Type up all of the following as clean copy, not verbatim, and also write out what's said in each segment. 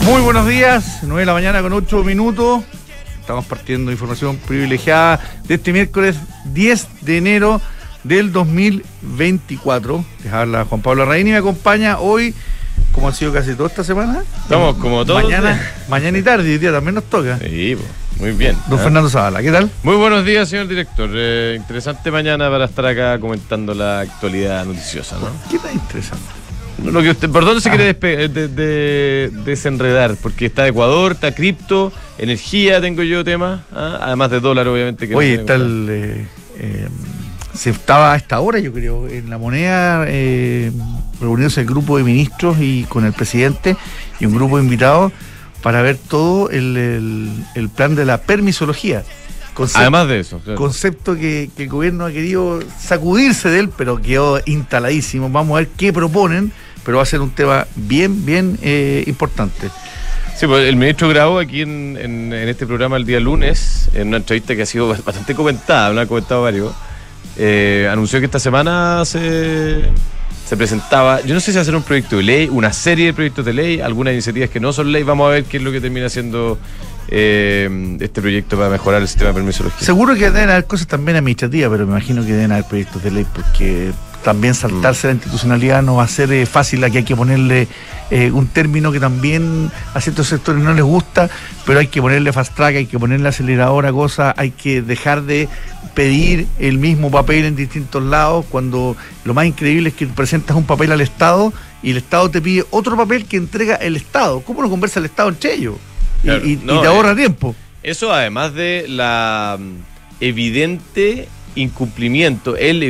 Muy buenos días, 9 de la mañana con 8 minutos. Estamos partiendo información privilegiada de este miércoles 10 de enero del 2024. Les habla Juan Pablo Larraín y me acompaña hoy, como ha sido casi toda esta semana. Estamos como todos. Mañana y tarde, hoy día también nos toca. Sí, muy bien. Don Fernando Zavala, ¿qué tal? Muy buenos días, señor director. Interesante mañana para estar acá comentando la actualidad noticiosa, ¿no? ¿Qué tan interesante? Lo que usted, ¿por dónde se quiere desenredar? Porque está Ecuador, está cripto, energía, tengo yo temas, además de dólar, obviamente. Que oye, no está se estaba a esta hora, yo creo, en La Moneda, reuniéndose el grupo de ministros y con el presidente y un grupo de invitados para ver todo el plan de la permisología. Además de eso, claro. Concepto que el gobierno ha querido sacudirse de él, pero quedó instaladísimo. Vamos a ver qué proponen, pero va a ser un tema bien importante. Sí, pues el ministro grabó aquí en este programa el día lunes, en una entrevista que ha sido bastante comentada, lo han comentado varios. Anunció que esta semana se presentaba, yo no sé si va a ser un proyecto de ley, una serie de proyectos de ley, algunas iniciativas que no son ley. Vamos a ver qué es lo que termina siendo este proyecto para mejorar el sistema de permisología. Seguro que deben haber cosas también administrativas, pero me imagino que deben haber proyectos de ley, porque también saltarse la institucionalidad no va a ser fácil. Aquí hay que ponerle un término que también a ciertos sectores no les gusta, pero hay que ponerle fast track, hay que ponerle acelerador a cosas, hay que dejar de pedir el mismo papel en distintos lados, cuando lo más increíble es que presentas un papel al Estado y el Estado te pide otro papel que entrega el Estado. ¿Cómo no conversa el Estado entre ellos? Claro, y te ahorra tiempo. Eso además de la el evidente incumplimiento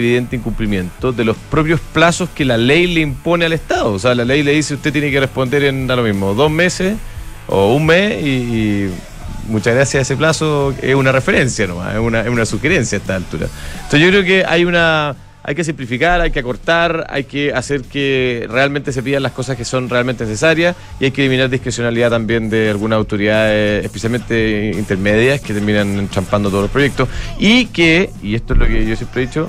de los propios plazos que la ley le impone al Estado. O sea, la ley le dice usted tiene que responder en a lo mismo 2 meses o 1 mes y muchas gracias a ese plazo es una referencia nomás, es una sugerencia a esta altura. Entonces yo creo que hay que simplificar, hay que acortar, hay que hacer que realmente se pidan las cosas que son realmente necesarias y hay que eliminar discrecionalidad también de algunas autoridades, especialmente intermedias, que terminan entrampando todos los proyectos y esto es lo que yo siempre he dicho,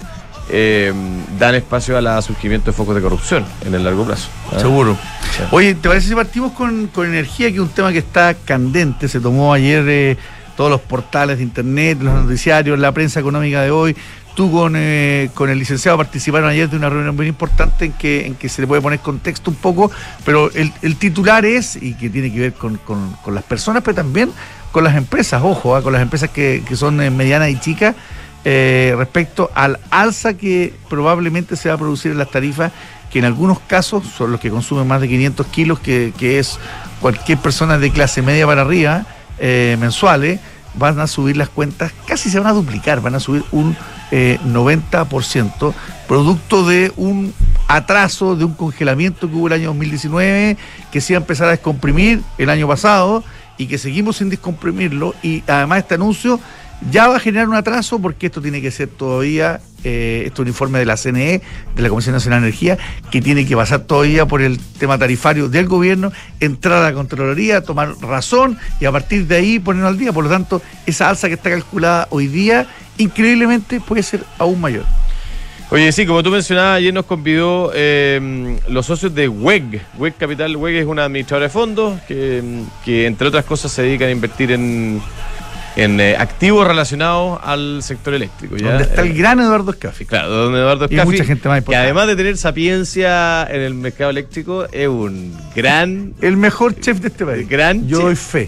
dan espacio al surgimiento de focos de corrupción en el largo plazo. Seguro. Sí. Oye, ¿te parece si partimos con energía, que es un tema que está candente? Se tomó ayer todos los portales de internet, los noticiarios, la prensa económica de hoy. Tú con el licenciado participaron ayer de una reunión muy importante en que se le puede poner contexto un poco, pero el titular es, y que tiene que ver con las personas, pero también con las empresas, ojo, con las empresas que son medianas y chicas, respecto al alza que probablemente se va a producir en las tarifas, que en algunos casos son los que consumen más de 500 kilos, que es cualquier persona de clase media para arriba, mensuales. Van a subir las cuentas, casi se van a duplicar, van a subir un 90%, producto de un atraso, de un congelamiento que hubo el año 2019, que se iba a empezar a descomprimir el año pasado y que seguimos sin descomprimirlo, y además este anuncio ya va a generar un atraso, porque esto tiene que ser todavía, esto es un informe de la CNE, de la Comisión Nacional de Energía, que tiene que pasar todavía por el tema tarifario del gobierno, entrar a la Contraloría, tomar razón y a partir de ahí ponernos al día. Por lo tanto, esa alza que está calculada hoy día, increíblemente puede ser aún mayor. Oye, sí, como tú mencionabas, ayer nos convidó los socios de WEG Capital. WEG es una administradora de fondos que entre otras cosas se dedican a invertir en activos relacionados al sector eléctrico. ¿Ya? Donde está el gran Eduardo Escafi. Claro, donde Eduardo Escafi, y mucha gente más importante, que además de tener sapiencia en el mercado eléctrico, es un gran... El mejor chef de este país. Yo doy fe.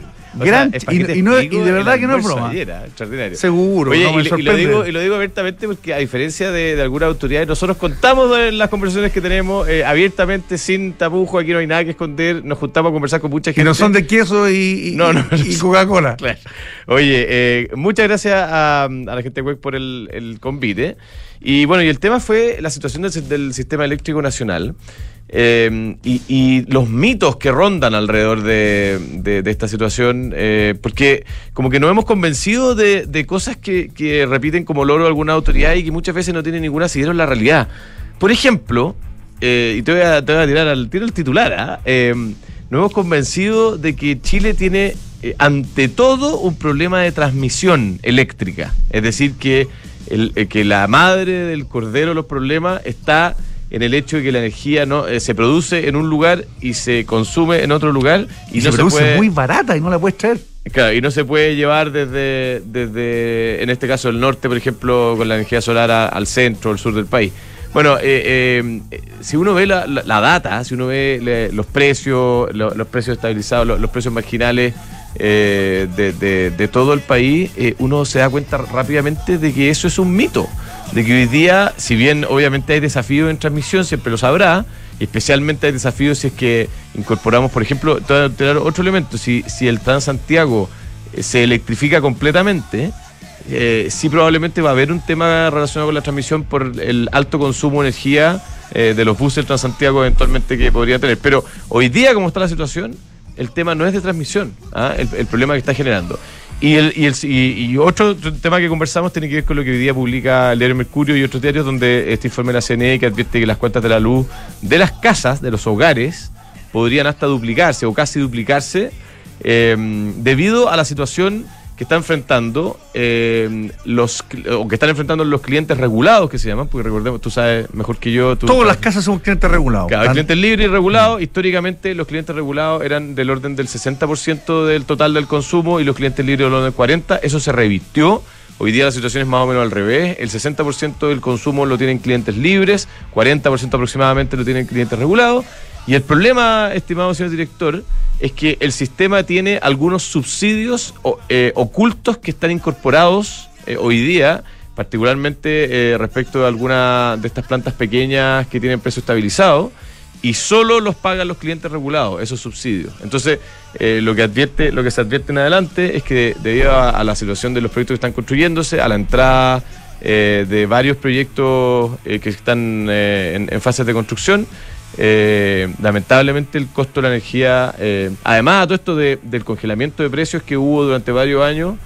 Y de verdad que no es broma. Extraordinario. Seguro. Oye, no, y lo digo abiertamente porque, a diferencia de algunas autoridades, nosotros contamos en las conversaciones que tenemos abiertamente, sin tapujos. Aquí no hay nada que esconder. Nos juntamos a conversar con mucha gente. Que no son de queso y Coca-Cola. Claro. Oye, muchas gracias a la gente de WEG por el convite. Y bueno, y el tema fue la situación del sistema eléctrico nacional. Y los mitos que rondan alrededor de esta situación, porque como que nos hemos convencido de cosas que repiten como loro alguna autoridad y que muchas veces no tienen ningún asidero en la realidad. Por ejemplo, y te voy a tirar al tiro el titular, nos hemos convencido de que Chile tiene ante todo un problema de transmisión eléctrica, es decir, que la madre del cordero de los problemas está en el hecho de que la energía no se produce en un lugar y se consume en otro lugar y no se produce muy barata y no la puedes traer. Claro, y no se puede llevar desde en este caso el norte, por ejemplo, con la energía solar al centro, al sur del país. Bueno, si uno ve la data, si uno ve los precios estabilizados, los precios marginales de todo el país, uno se da cuenta rápidamente de que eso es un mito. De que hoy día, si bien obviamente hay desafíos en transmisión, siempre lo sabrá, especialmente hay desafíos si es que incorporamos, por ejemplo, otro elemento, si el Transantiago se electrifica completamente, sí probablemente va a haber un tema relacionado con la transmisión por el alto consumo de energía de los buses del Transantiago eventualmente que podría tener. Pero hoy día, como está la situación, el tema no es de transmisión, el problema que está generando. Y otro tema que conversamos tiene que ver con lo que hoy día publica el diario Mercurio y otros diarios, donde este informe de la CNE que advierte que las cuentas de la luz de las casas, de los hogares, podrían hasta duplicarse o casi duplicarse debido a la situación que está enfrentando los clientes regulados, que se llaman, porque recordemos, tú sabes mejor que yo. Todas las casas son clientes regulados. Claro, clientes libres y regulados. Históricamente los clientes regulados eran del orden del 60% del total del consumo y los clientes libres del orden del 40%. Eso se revirtió. Hoy día la situación es más o menos al revés. El 60% del consumo lo tienen clientes libres, 40% aproximadamente lo tienen clientes regulados. Y el problema, estimado señor director, es que el sistema tiene algunos subsidios ocultos que están incorporados hoy día, particularmente respecto de algunas de estas plantas pequeñas que tienen precio estabilizado, y solo los pagan los clientes regulados, esos subsidios. Entonces, lo que se advierte en adelante es que debido a la situación de los proyectos que están construyéndose, a la entrada de varios proyectos que están en fases de construcción, lamentablemente el costo de la energía, además de todo esto del congelamiento de precios que hubo durante varios años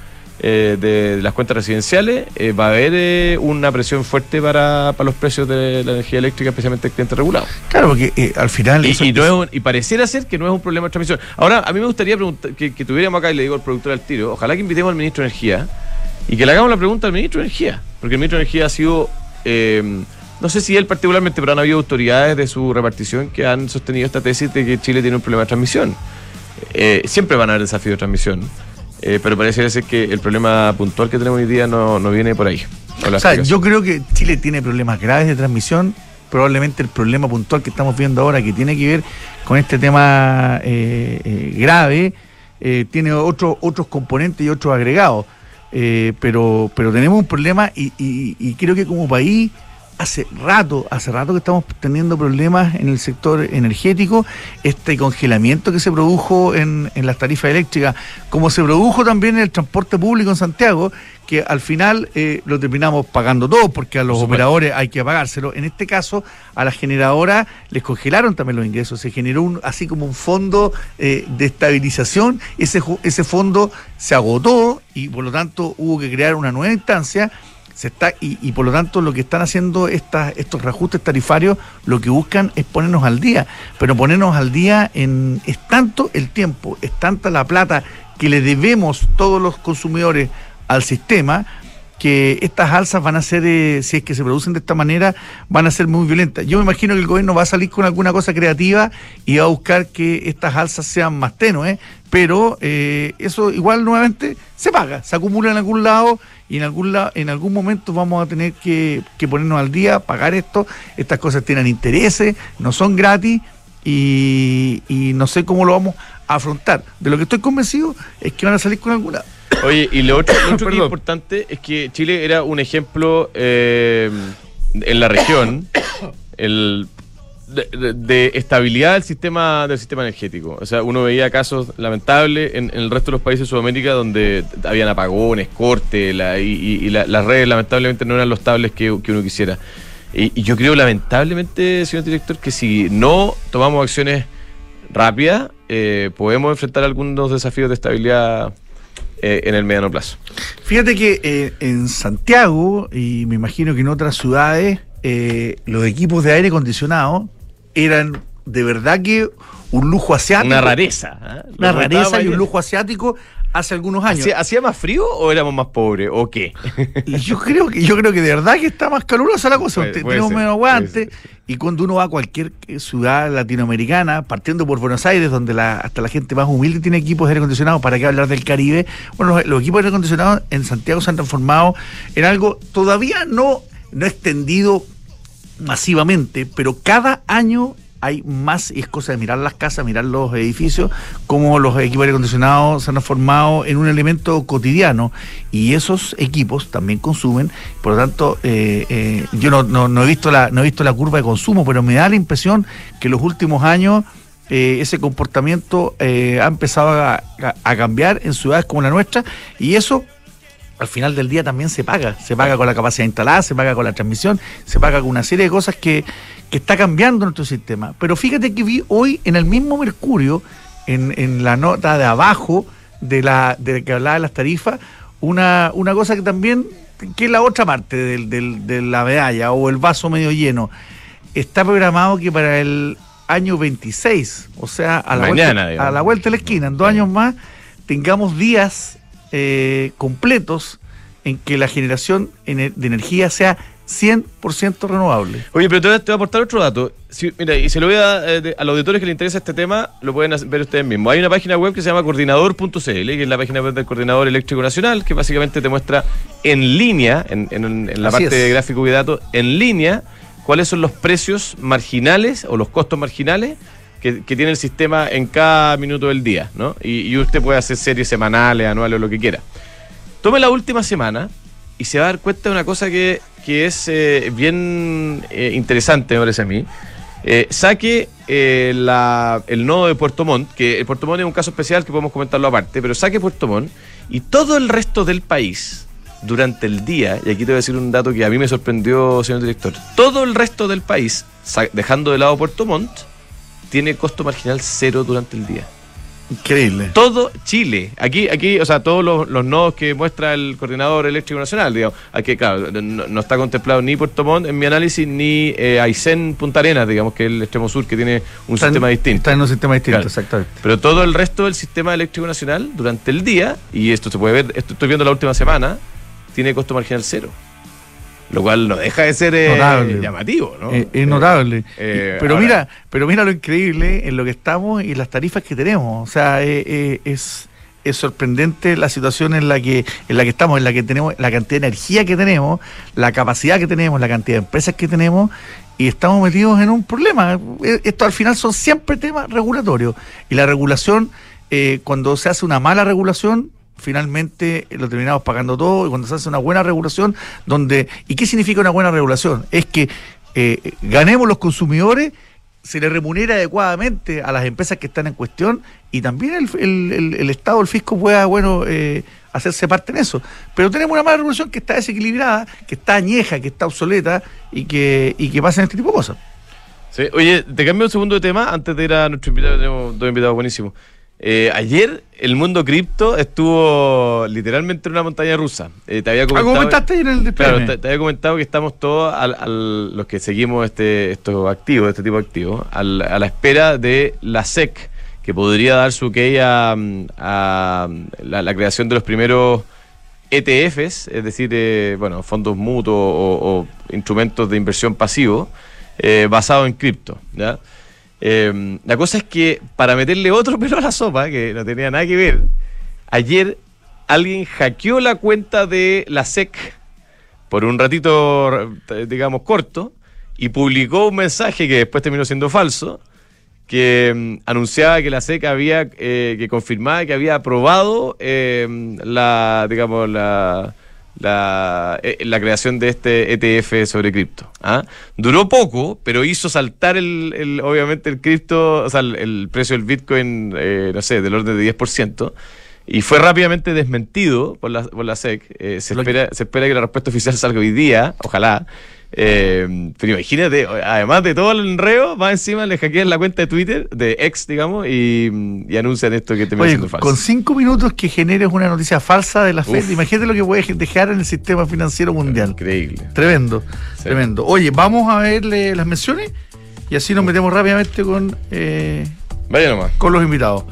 de las cuentas residenciales, va a haber una presión fuerte para los precios de la energía eléctrica, especialmente el cliente regulado. Claro, porque al final... Y pareciera ser que no es un problema de transmisión. Ahora, a mí me gustaría preguntar, que tuviéramos acá, y le digo al productor al tiro, ojalá que invitemos al ministro de Energía y que le hagamos la pregunta al ministro de Energía, porque el ministro de Energía ha sido... no sé si él particularmente, pero han habido autoridades de su repartición que han sostenido esta tesis de que Chile tiene un problema de transmisión. Siempre van a haber desafíos de transmisión, pero parece ser que el problema puntual que tenemos hoy día no viene por ahí. O sea, yo creo que Chile tiene problemas graves de transmisión. Probablemente el problema puntual que estamos viendo ahora, que tiene que ver con este tema grave, tiene otros componentes y otros agregados. Pero tenemos un problema y creo que como país hace rato que estamos teniendo problemas en el sector energético. Este congelamiento que se produjo en las tarifas eléctricas, como se produjo también en el transporte público en Santiago, que al final lo terminamos pagando todos, porque a los operadores hay que pagárselo. En este caso, a las generadoras les congelaron también los ingresos. Se generó así como un fondo de estabilización. Ese fondo se agotó y por lo tanto hubo que crear una nueva instancia. Y por lo tanto lo que están haciendo estos reajustes tarifarios, lo que buscan es ponernos al día, pero ponernos al día es tanto el tiempo, es tanta la plata que le debemos todos los consumidores al sistema, que estas alzas van a ser, si es que se producen de esta manera, van a ser muy violentas. Yo me imagino que el gobierno va a salir con alguna cosa creativa y va a buscar que estas alzas sean más tenues, pero eso igual nuevamente se paga, se acumula en algún lado y en algún momento vamos a tener que ponernos al día, pagar esto. Estas cosas tienen intereses, no son gratis y no sé cómo lo vamos a afrontar. De lo que estoy convencido es que van a salir con alguna... Oye, y lo otro que es importante es que Chile era un ejemplo en la región de estabilidad del sistema energético. O sea, uno veía casos lamentables en el resto de los países de Sudamérica donde habían apagones, cortes, y las redes lamentablemente no eran los estables que uno quisiera. Y yo creo lamentablemente, señor director, que si no tomamos acciones rápidas, podemos enfrentar algunos desafíos de estabilidad en el mediano plazo. Fíjate que en Santiago, y me imagino que en otras ciudades, los equipos de aire acondicionado eran de verdad que un lujo asiático. Una rareza. Una rareza y un lujo asiático hace algunos años. ¿Hacía más frío o éramos más pobres o qué? Yo creo que de verdad que está más calurosa la cosa. Tenemos menos aguante. Y cuando uno va a cualquier ciudad latinoamericana, partiendo por Buenos Aires, donde hasta la gente más humilde tiene equipos de aire acondicionado, ¿para qué hablar del Caribe? Bueno, los equipos de aire acondicionado en Santiago se han transformado en algo todavía no extendido masivamente, pero cada año hay más, y es cosa de mirar las casas, mirar los edificios, como los equipos de aire acondicionado se han transformado en un elemento cotidiano, y esos equipos también consumen. Por lo tanto, yo no he visto la curva de consumo, pero me da la impresión que en los últimos años ese comportamiento ha empezado a cambiar en ciudades como la nuestra, y eso al final del día también se paga con la capacidad instalada, se paga con la transmisión, se paga con una serie de cosas que está cambiando nuestro sistema. Pero fíjate que vi hoy en el mismo Mercurio, en la nota de abajo de que hablaba de las tarifas, una cosa que también, que es la otra parte de la medalla o el vaso medio lleno. Está programado que para el año 26, o sea, a la vuelta de la esquina, en 2 años más, tengamos días completos en que la generación de energía sea 100% renovable. Oye, pero te voy a aportar otro dato. Mira, y se lo voy a los auditores que les interesa este tema, lo pueden ver ustedes mismos. Hay una página web que se llama coordinador.cl, que es la página web del Coordinador Eléctrico Nacional, que básicamente te muestra en línea, en la parte de gráfico y datos, en línea, cuáles son los precios marginales o los costos marginales que tiene el sistema en cada minuto del día, ¿no? Y usted puede hacer series semanales, anuales o lo que quiera. Tome la última semana y se va a dar cuenta de una cosa que es bien interesante, me parece a mí. Saque el nodo de Puerto Montt, que el Puerto Montt es un caso especial que podemos comentarlo aparte, pero saque Puerto Montt y todo el resto del país durante el día, y aquí te voy a decir un dato que a mí me sorprendió, señor director, todo el resto del país, dejando de lado Puerto Montt, tiene costo marginal 0 durante el día. Increíble. Todo Chile. Aquí, o sea, todos los nodos que muestra el Coordinador Eléctrico Nacional, digamos. Aquí, claro, no está contemplado ni Puerto Montt en mi análisis, ni Aysén Punta Arenas, digamos, que es el extremo sur, que tiene un sistema distinto. Está en un sistema distinto, claro. Exactamente. Pero todo el resto del sistema eléctrico nacional, durante el día, y esto se puede ver, esto estoy viendo la última semana, tiene costo marginal 0. Lo cual no deja de ser llamativo, ¿no? Es notable. Pero mira lo increíble en lo que estamos y las tarifas que tenemos. O sea, es sorprendente la situación en la que estamos, en la que tenemos la cantidad de energía que tenemos, la capacidad que tenemos, la cantidad de empresas que tenemos, y estamos metidos en un problema. Esto al final son siempre temas regulatorios. Y la regulación, cuando se hace una mala regulación, finalmente lo terminamos pagando todo. Y cuando se hace una buena regulación, ¿y qué significa una buena regulación? Es que ganemos los consumidores, se le remunera adecuadamente a las empresas que están en cuestión, y también el Estado, el fisco pueda, hacerse parte en eso. Pero tenemos una mala regulación que está desequilibrada, que está añeja, que está obsoleta, y que pasan este tipo de cosas. Sí. Oye, te cambio un segundo de tema antes de ir a nuestro invitado. Tenemos 2 invitados buenísimos. Ayer el mundo cripto estuvo literalmente en una montaña rusa. Te había comentado, comentaste ayer en el despliegue. Claro, te había comentado que estamos todos, los que seguimos estos activos, este tipo de activos, a la espera de la SEC, que podría dar su ok a la creación de los primeros ETFs, es decir, fondos mutuos o instrumentos de inversión pasivos basados en cripto, ¿ya? La cosa es que, para meterle otro pelo a la sopa, que no tenía nada que ver, ayer alguien hackeó la cuenta de la SEC por un ratito, digamos, corto, y publicó un mensaje que después terminó siendo falso, que anunciaba que la SEC había que confirmaba que había aprobado la creación de este ETF sobre cripto. Duró poco, pero hizo saltar obviamente el cripto, o sea, el precio del Bitcoin, del orden de 10%, y fue rápidamente desmentido por la SEC. Se espera que la respuesta oficial salga hoy día, ojalá. Pero imagínate, además de todo el enreo, más encima le hackean la cuenta de Twitter, de X, digamos, y anuncian esto que termina siendo falso. Con 5 minutos que generes una noticia falsa de la Fed, imagínate lo que puede dejar en el sistema financiero mundial. Increíble. Tremendo, sí. Tremendo. Oye, vamos a verle las menciones y así nos metemos rápidamente con vaya nomás. Con los invitados.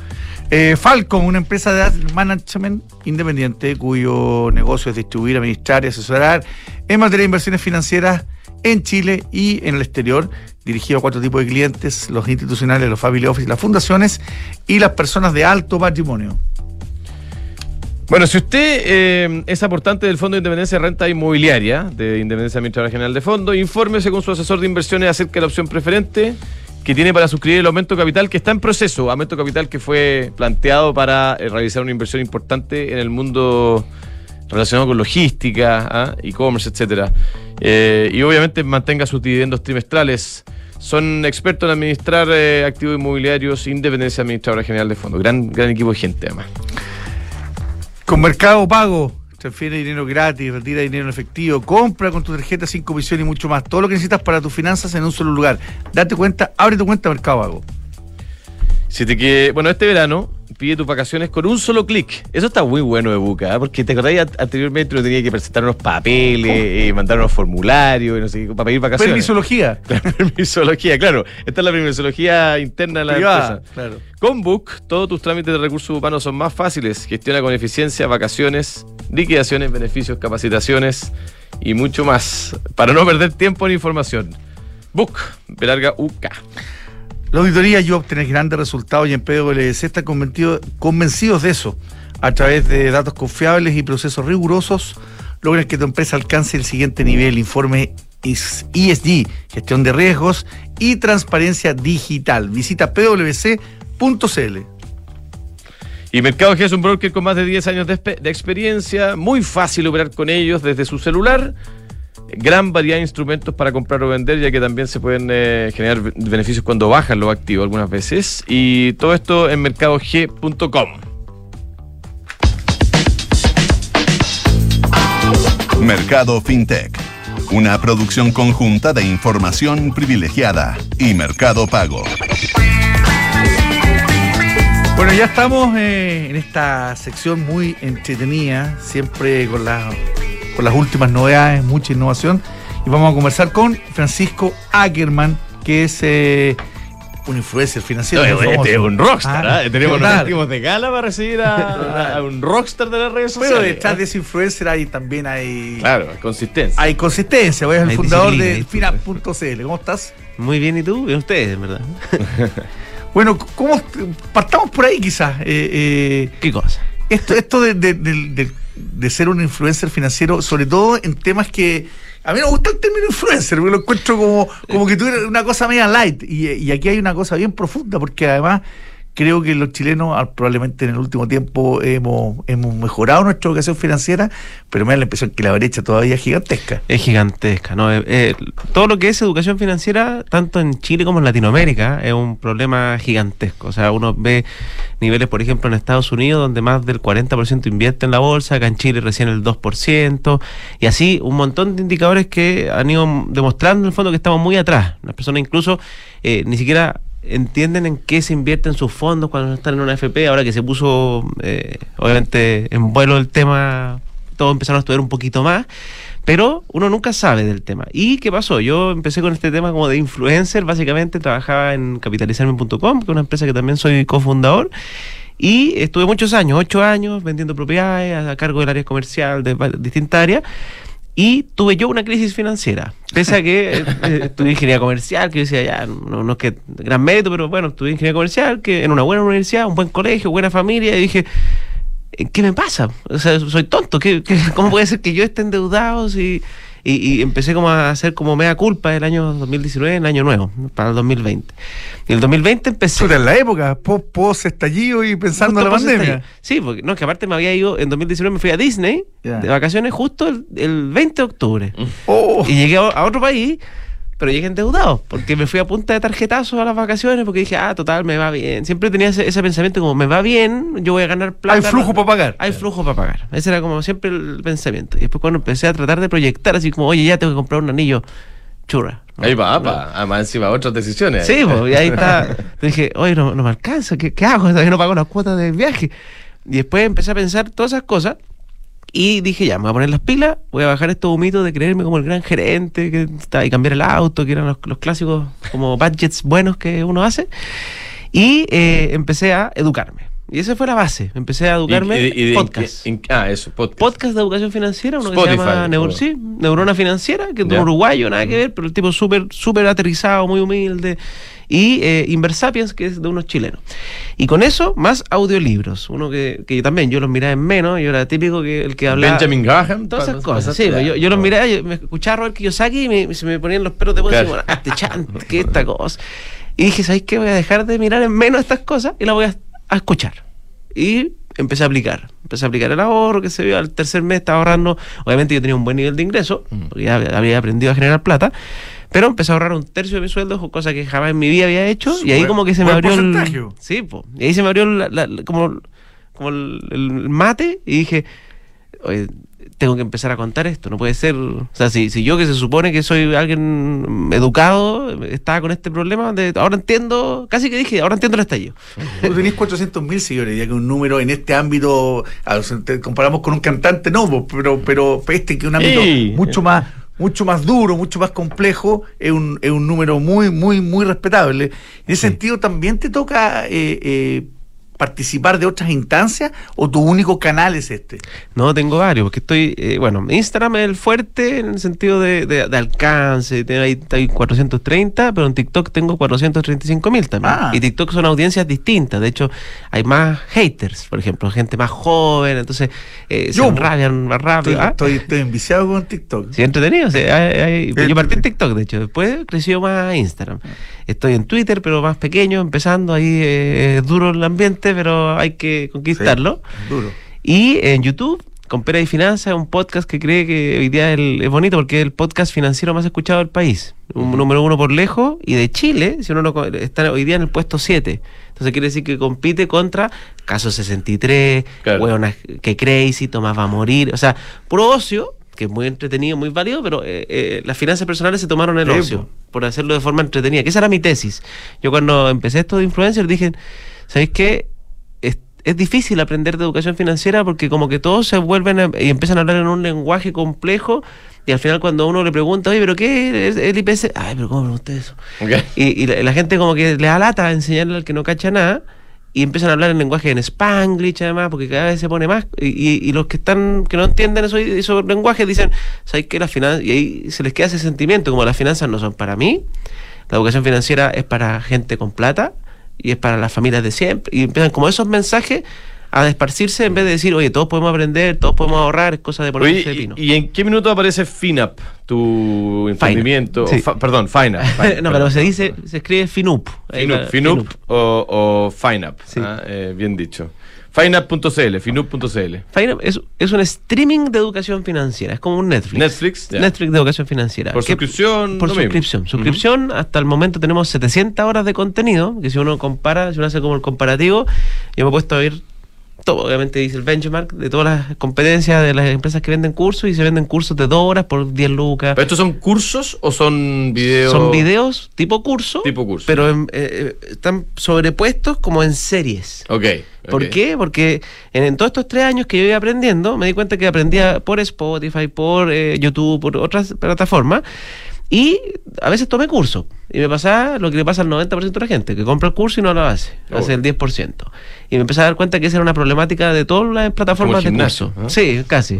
Falcon, una empresa de asset management independiente cuyo negocio es distribuir, administrar y asesorar en materia de inversiones financieras en Chile y en el exterior, dirigido a 4 tipos de clientes: los institucionales, los family office, las fundaciones y las personas de alto patrimonio. Bueno, si usted es aportante del Fondo de Independencia de Renta Inmobiliaria, de Independencia Administradora General de Fondo, infórmese con su asesor de inversiones acerca de la opción preferente que tiene para suscribir el aumento de capital que está en proceso, aumento de capital que fue planteado para realizar una inversión importante en el mundo relacionado con logística, e-commerce, etcétera. Y obviamente mantenga sus dividendos trimestrales. Son expertos en administrar activos inmobiliarios, Independencia Administradora General de Fondo. Gran equipo de gente, además. Con Mercado Pago, transfiere dinero gratis, retira dinero en efectivo, compra con tu tarjeta sin comisión y mucho más. Todo lo que necesitas para tus finanzas en un solo lugar. Date cuenta, abre tu cuenta Mercado Pago. Bueno, este verano pide tus vacaciones con un solo clic. Eso está muy bueno de Buca, porque te acordás anteriormente uno tenía que presentar unos papeles, mandar unos formularios, no sé, para pedir vacaciones. Permisología. Permisología, claro. Esta es la permisología interna de la empresa. Claro. Con Book, todos tus trámites de recursos humanos son más fáciles. Gestiona con eficiencia vacaciones, liquidaciones, beneficios, capacitaciones y mucho más, para no perder tiempo ni información. Book, B UK. La auditoría ayuda a obtener grandes resultados y en PwC están convencidos de eso. A través de datos confiables y procesos rigurosos, logran que tu empresa alcance el siguiente nivel: informe ESG, gestión de riesgos y transparencia digital. Visita pwc.cl. Y Mercado G es un broker con más de 10 años de experiencia, muy fácil operar con ellos desde su celular. Gran variedad de instrumentos para comprar o vender, ya que también se pueden generar beneficios cuando bajan los activos algunas veces. Y todo esto en mercadog.com. Mercado FinTech, una producción conjunta de Información Privilegiada y Mercado Pago. Bueno, ya estamos en esta sección muy entretenida, siempre con las últimas novedades, mucha innovación, y vamos a conversar con Francisco Ackerman, que es un influencer financiero. Este es un rockstar, tenemos los últimos de gala para recibir a un rockstar de las redes sociales. Pero detrás de ese influencer también hay... Claro, consistencia. Hay consistencia, es el fundador de Fina.cl. ¿Cómo estás? Muy bien, ¿y tú? Bien ustedes, en verdad. Bueno, partamos por ahí quizás. ¿Qué cosa? Esto de ser un influencer financiero, sobre todo en temas que... A mí me gusta el término influencer, porque lo encuentro como que tú eres una cosa media light. Y aquí hay una cosa bien profunda, porque además creo que los chilenos probablemente en el último tiempo hemos mejorado nuestra educación financiera, pero me da la impresión que la brecha todavía es gigantesca. Es gigantesca, ¿no? Todo lo que es educación financiera, tanto en Chile como en Latinoamérica, es un problema gigantesco. O sea, uno ve niveles, por ejemplo, en Estados Unidos, donde más del 40% invierte en la bolsa, acá en Chile recién el 2%, y así un montón de indicadores que han ido demostrando en el fondo que estamos muy atrás. Las personas incluso ni siquiera entienden en qué se invierten sus fondos cuando están en una AFP. Ahora que se puso obviamente en vuelo el tema, todos empezaron a estudiar un poquito más, pero uno nunca sabe del tema. ¿Y qué pasó? Yo empecé con este tema como de influencer. Básicamente trabajaba en capitalizarme.com, que es una empresa que también soy cofundador, y estuve muchos años, 8 años, vendiendo propiedades a cargo del área comercial de distintas áreas. Y tuve yo una crisis financiera, pese a que estudié ingeniería comercial, que yo decía, ya, no es que gran mérito, pero bueno, estudié ingeniería comercial, que en una buena universidad, un buen colegio, buena familia, y dije, ¿qué me pasa? O sea, soy tonto, ¿cómo puede ser que yo esté endeudado? Y empecé como a hacer como mea culpa el año 2019, el año nuevo, para el 2020. Y el 2020 empecé... Pero en la época, post estallido y pensando en la pandemia. Sí, porque no, que aparte me había ido, en 2019 me fui a Disney de vacaciones justo el 20 de octubre. Y llegué a otro país, pero llegué endeudado, porque me fui a punta de tarjetazos a las vacaciones, porque dije, total, me va bien. Siempre tenía ese pensamiento como, me va bien, yo voy a ganar plata. Hay flujo para pagar. Hay flujo para pagar. Ese era como siempre el pensamiento. Y después cuando empecé a tratar de proyectar, así como, oye, ya tengo que comprar un anillo, churra. Ahí va, además encima otras decisiones. Sí, pues, y ahí está. Dije, oye, no me alcanza, ¿qué hago? Todavía no pago las cuotas del viaje. Y después empecé a pensar todas esas cosas. Y dije, ya, me voy a poner las pilas, voy a bajar estos humitos de creerme como el gran gerente y cambiar el auto, que eran los clásicos como budgets buenos que uno hace. Y empecé a educarme. Y esa fue la base. Empecé a educarme en podcast. Podcast. Podcast de educación financiera, uno Spotify, que se llama Neurona Financiera, que es de un uruguayo, nada que ver, pero el tipo súper aterrizado, muy humilde. Y Inversapiens, que es de unos chilenos. Y con eso, más audiolibros. Uno que también yo los miraba en menos, yo era típico que el que hablaba. Benjamin Graham. Todas esas cosas. Sí, yo los miraba, me escuchaba a Robert Kiyosaki y se me ponían los pelos de voz y bueno, este chante, que esta cosa. Y dije, ¿sabes qué? Voy a dejar de mirar en menos estas cosas y las voy a escuchar. Y empecé a aplicar el ahorro, que se vio al tercer mes, estaba ahorrando. Obviamente yo tenía un buen nivel de ingreso, porque ya había aprendido a generar plata, pero empecé a ahorrar un tercio de mi sueldo, cosa que jamás en mi vida había hecho. Y ahí como que se me abrió y ahí se me abrió como el mate y dije, oye, tengo que empezar a contar esto, no puede ser. O sea, si yo, que se supone que soy alguien educado, estaba con este problema, ahora entiendo, casi que dije, ahora entiendo el estallido. Tú tenés 400.000 seguidores, ya que un número en este ámbito, comparamos con un cantante, no, pero este, que es un ámbito mucho más duro, mucho más complejo, es un número muy respetable. En ese sentido, ¿también te toca participar de otras instancias o tu único canal es este? No, tengo varios, porque estoy, Instagram es el fuerte en el sentido de alcance, ahí 430, pero en TikTok tengo 435.000 también. Y TikTok son audiencias distintas, de hecho hay más haters, por ejemplo, gente más joven, entonces se enrabian más rápido. Estoy enviciado con TikTok. Sí, entretenido, yo partí en TikTok, de hecho, después creció más Instagram. Estoy en Twitter, pero más pequeño, empezando, ahí es duro el ambiente, pero hay que conquistarlo. Sí, duro. Y en YouTube, con Pera y Finanzas, un podcast que cree que hoy día es bonito porque es el podcast financiero más escuchado del país. Un número 1 por lejos, y de Chile, si uno está hoy día en el puesto 7. Entonces quiere decir que compite contra Caso 63, Hueonas que Crazy, Tomás va a morir. O sea, puro ocio, que es muy entretenido, muy válido, pero las finanzas personales se tomaron el ocio por hacerlo de forma entretenida, que esa era mi tesis. Yo cuando empecé esto de influencer dije, ¿sabéis qué? Es difícil aprender de educación financiera porque como que todos se vuelven y empiezan a hablar en un lenguaje complejo, y al final cuando uno le pregunta, oye, ¿pero qué es el IPC? Ay, pero ¿cómo pregunta eso? Okay. Y la gente como que le da lata a enseñarle al que no cacha nada, y empiezan a hablar en lenguaje en Spanglish además, porque cada vez se pone más, y los que no entienden esos lenguajes dicen, ¿sabes qué? Las finanzas, y ahí se les queda ese sentimiento, como las finanzas no son para mí, la educación financiera es para gente con plata, y es para las familias de siempre, y empiezan como esos mensajes a desparcirse en vez de decir, oye, todos podemos aprender, todos podemos ahorrar, es cosa de ponerse de pino. ¿Y en qué minuto aparece FinUp, tu emprendimiento? Sí. Perdón, FinUp. No, pero se escribe FinUp. FinUp o FinUp, sí. Bien dicho. FinUp.cl, FinUp.cl. FinUp es un streaming de educación financiera, es como un Netflix de educación financiera. ¿Por suscripción? Por suscripción. Hasta el momento tenemos 700 horas de contenido, que si uno hace como el comparativo, yo me he puesto a ver todo, obviamente dice el benchmark de todas las competencias de las empresas que venden cursos, y se venden cursos de 2 horas por 10 lucas. ¿Pero estos son cursos o son videos? Son videos tipo curso, pero están sobrepuestos como en series. ¿Por qué? Porque en todos estos 3 años que yo iba aprendiendo, me di cuenta que aprendía por Spotify, por YouTube, por otras plataformas, y a veces tomé curso y me pasaba lo que le pasa al 90% de la gente, que compra el curso y no lo hace el 10%. Y me empecé a dar cuenta que esa era una problemática de todas las plataformas de curso. Sí, casi.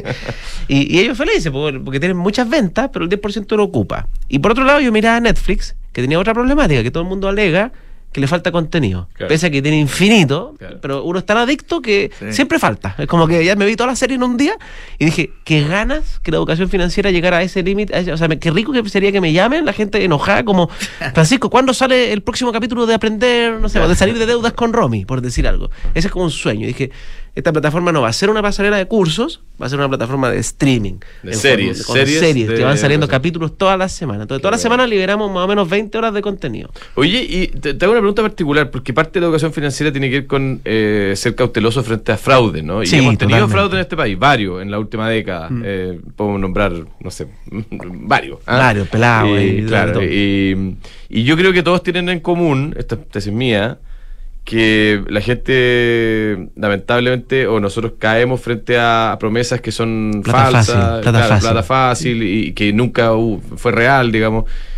y ellos felices porque tienen muchas ventas, pero el 10% lo ocupa. Y por otro lado yo miraba a Netflix, que tenía otra problemática, que todo el mundo alega que le falta contenido, pese a que tiene infinito, pero uno es tan adicto que siempre falta. Es como que ya me vi toda la serie en un día y dije, qué ganas que la educación financiera llegara a ese límite, o sea, qué rico que sería que me llamen la gente enojada como, Francisco, ¿cuándo sale el próximo capítulo de aprender, no sé, o de salir de deudas con Romy, por decir algo? Ese es como un sueño. Y dije, esta plataforma no va a ser una pasarela de cursos, va a ser una plataforma de streaming. De series que van saliendo capítulos todas las semanas. Entonces, todas las semanas liberamos más o menos 20 horas de contenido. Oye, y te hago una pregunta particular, porque parte de la educación financiera tiene que ver con ser cauteloso frente a fraude, ¿no? Y hemos tenido fraude en este país, varios, en la última década. Podemos nombrar, no sé, varios. Varios, pelados. Claro, y yo creo que todos tienen en común, esta tesis mía, que la gente, lamentablemente, o nosotros caemos frente a promesas que son falsas, plata fácil, y que nunca fue real, digamos.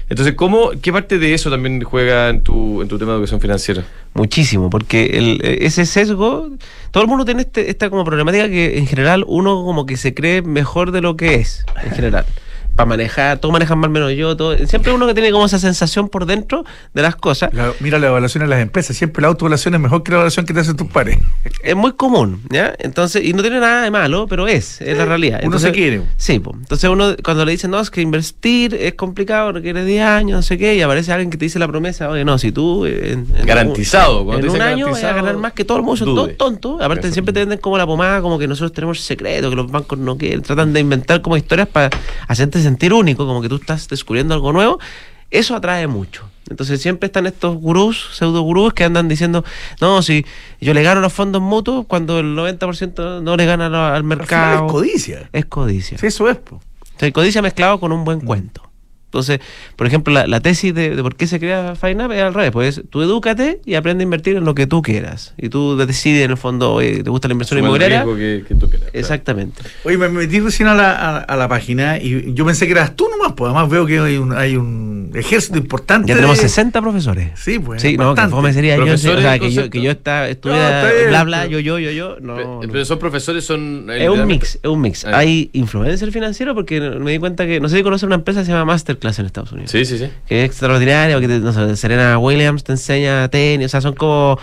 Entonces, ¿qué parte de eso también juega en tu tema de educación financiera? Muchísimo, porque ese sesgo, todo el mundo tiene esta como problemática que en general uno como que se cree mejor de lo que es, en general. Para manejar, todos manejan más o menos yo, siempre uno que tiene como esa sensación por dentro de las cosas. Mira la evaluación de las empresas, siempre la autoevaluación es mejor que la evaluación que te hacen tus pares. Es muy común, ¿ya? Entonces, y no tiene nada de malo, pero es la realidad. Uno Entonces, se quiere. Sí, pues. Entonces uno cuando le dicen, no, es que invertir es complicado, requiere 10 años, no sé qué, y aparece alguien que te dice la promesa, oye, no, si tú garantizado, en un año vas a ganar más que todo el mundo, son todos tontos. Aparte siempre te venden como la pomada, como que nosotros tenemos secreto, que los bancos no quieren, tratan de inventar como historias para hacerte sentir único, como que tú estás descubriendo algo nuevo. Eso atrae mucho. Entonces siempre están estos gurús, pseudo gurús, que andan diciendo, no, si yo le gano a los fondos mutuos cuando el 90% no le gana al mercado. Es codicia. Es codicia. Sí, eso es. Po. O sea, codicia mezclado con un buen cuento. Entonces, por ejemplo, la tesis de por qué se crea FineUp es al revés. Pues tú edúcate y aprende a invertir en lo que tú quieras. Y tú decides, en el fondo, ¿te gusta la inversión inmobiliaria? Que tú quieras, exactamente. Claro. Oye, me metí recién a la página y yo pensé que eras tú nomás, pues además veo que hay un ejército importante. Ya tenemos 60 profesores. Sí, pues. Sí, no, que fome sería yo, o sea, que yo estuviera bla, bla, yo. No, pero son profesores, son... Es un mix. Hay influencer financiero, porque me di cuenta que, no sé si conoces una empresa que se llama Masterclass en Estados Unidos. Sí. Que es extraordinario, que no sé, Serena Williams te enseña tenis, o sea, son como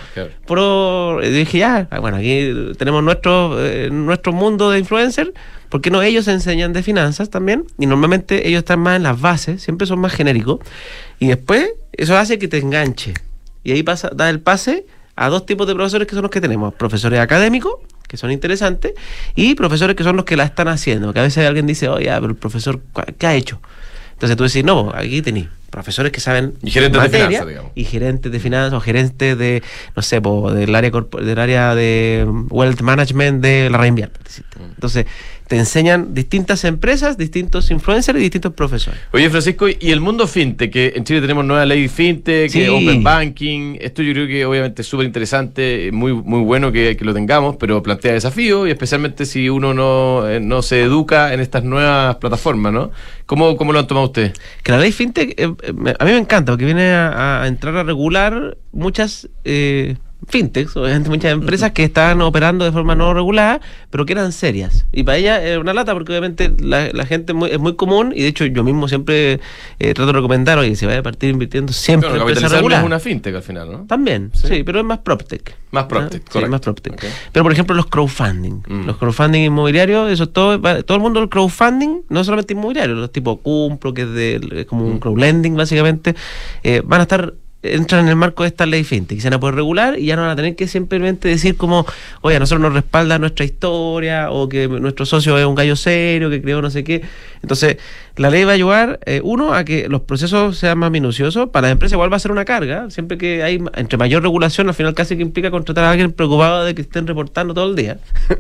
yo dije, ya, bueno, aquí tenemos nuestro mundo de influencer, ¿por qué no ellos enseñan de finanzas también? Y normalmente ellos están más en las bases, siempre son más genéricos, y después eso hace que te enganche, y ahí da el pase a dos tipos de profesores que son los que tenemos: profesores académicos, que son interesantes, y profesores que son los que la están haciendo, que a veces alguien dice, oye, pero el profesor, ¿qué ha hecho? Entonces tú decís, no, aquí tenéis profesores que saben y gerentes materia, de finanzas, digamos. Y gerentes de finanzas o gerentes de, no sé, del área de wealth management de la Reinvial. Entonces te enseñan distintas empresas, distintos influencers y distintos profesores. Oye, Francisco, y el mundo fintech, que en Chile tenemos nueva ley fintech, sí. Open Banking, esto yo creo que obviamente es súper interesante, muy bueno que lo tengamos, pero plantea desafíos, y especialmente si uno no se educa en estas nuevas plataformas, ¿no? ¿Cómo lo han tomado ustedes? Que la ley fintech, a mí me encanta, porque viene a entrar a regular muchas fintechs, obviamente muchas empresas que estaban operando de forma no regulada, pero que eran serias. Y para ella era una lata, porque obviamente la gente es muy común, y de hecho yo mismo siempre trato de recomendar, oye, si vaya a partir invirtiendo siempre en empresas reguladas. Es una fintech al final, ¿no? También, sí, pero es más PropTech. Más PropTech, correcto. Sí, más PropTech. Okay. Pero por ejemplo los crowdfunding. Los crowdfunding inmobiliarios, eso todo el mundo del crowdfunding, no solamente inmobiliario, los tipo Cumplo, que es como un crowdlending básicamente, van a estar... entran en el marco de esta ley fintech y se van a poder regular, y ya no van a tener que simplemente decir como, oye, a nosotros nos respalda nuestra historia, o que nuestro socio es un gallo serio que creó no sé qué. Entonces la ley va a ayudar, uno, a que los procesos sean más minuciosos. Para las empresas igual va a ser una carga, siempre que hay entre mayor regulación, al final casi que implica contratar a alguien preocupado de que estén reportando todo el día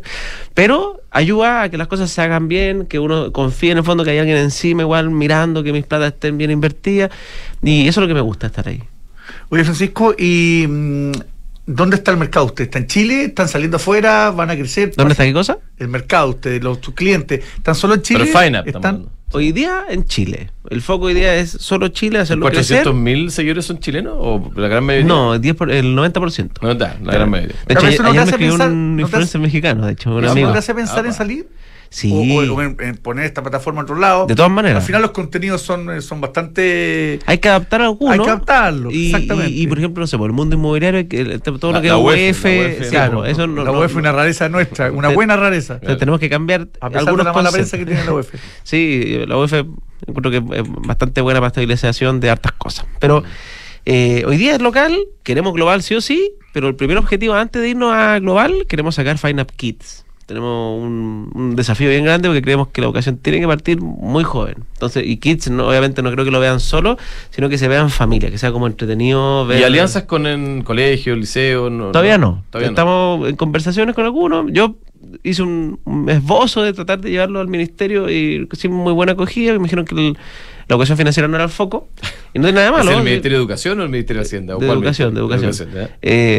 pero ayuda a que las cosas se hagan bien, que uno confíe en el fondo que hay alguien encima igual mirando que mis plata estén bien invertidas, y eso es lo que me gusta, estar ahí. Oye, Francisco, ¿y dónde está el mercado? ¿Usted está en Chile? ¿Están saliendo afuera? ¿Van a crecer? ¿Dónde está qué cosa? El mercado, ustedes, tus clientes, ¿están solo en Chile? Pero FineUp están hoy día en Chile. El foco hoy día es solo Chile, hacerlo crecer. ¿400.000 seguidores son chilenos o la gran mayoría? No, el 90%. No está, la gran mayoría. De hecho, ¿no ayer me escribió un influencer mexicano, de hecho, un amigo. ¿No te hace pensar en salir? Sí. O en poner esta plataforma en otro lado. De todas maneras. Al final los contenidos son bastante... Hay que adaptar algunos. Hay que adaptarlo, exactamente. Y por ejemplo, no sé, por el mundo inmobiliario, todo lo que es la UEF, claro, eso no, la UEF es una rareza nuestra, una buena rareza. O sea, tenemos que cambiar a pesar algunos de la mala conceptos. prensa que tiene la UEF. Sí, la UEF encuentro que es bastante buena para estabilización de hartas cosas. Pero hoy día es local, queremos global sí o sí, pero el primer objetivo antes de irnos a global, queremos sacar FineUp Kids. Tenemos un desafío bien grande, porque creemos que la educación tiene que partir muy joven. Entonces, y kids, obviamente no creo que lo vean solo, sino que se vean en familia, que sea como entretenido ver. ¿Y alianzas con el colegio, liceo? Todavía no. Estamos en conversaciones con algunos. Yo hice un esbozo de tratar de llevarlo al ministerio y sin muy buena acogida. Me dijeron que la educación financiera no era el foco, y no hay nada malo. ¿Es el Ministerio de Educación o el Ministerio de Hacienda? De Educación.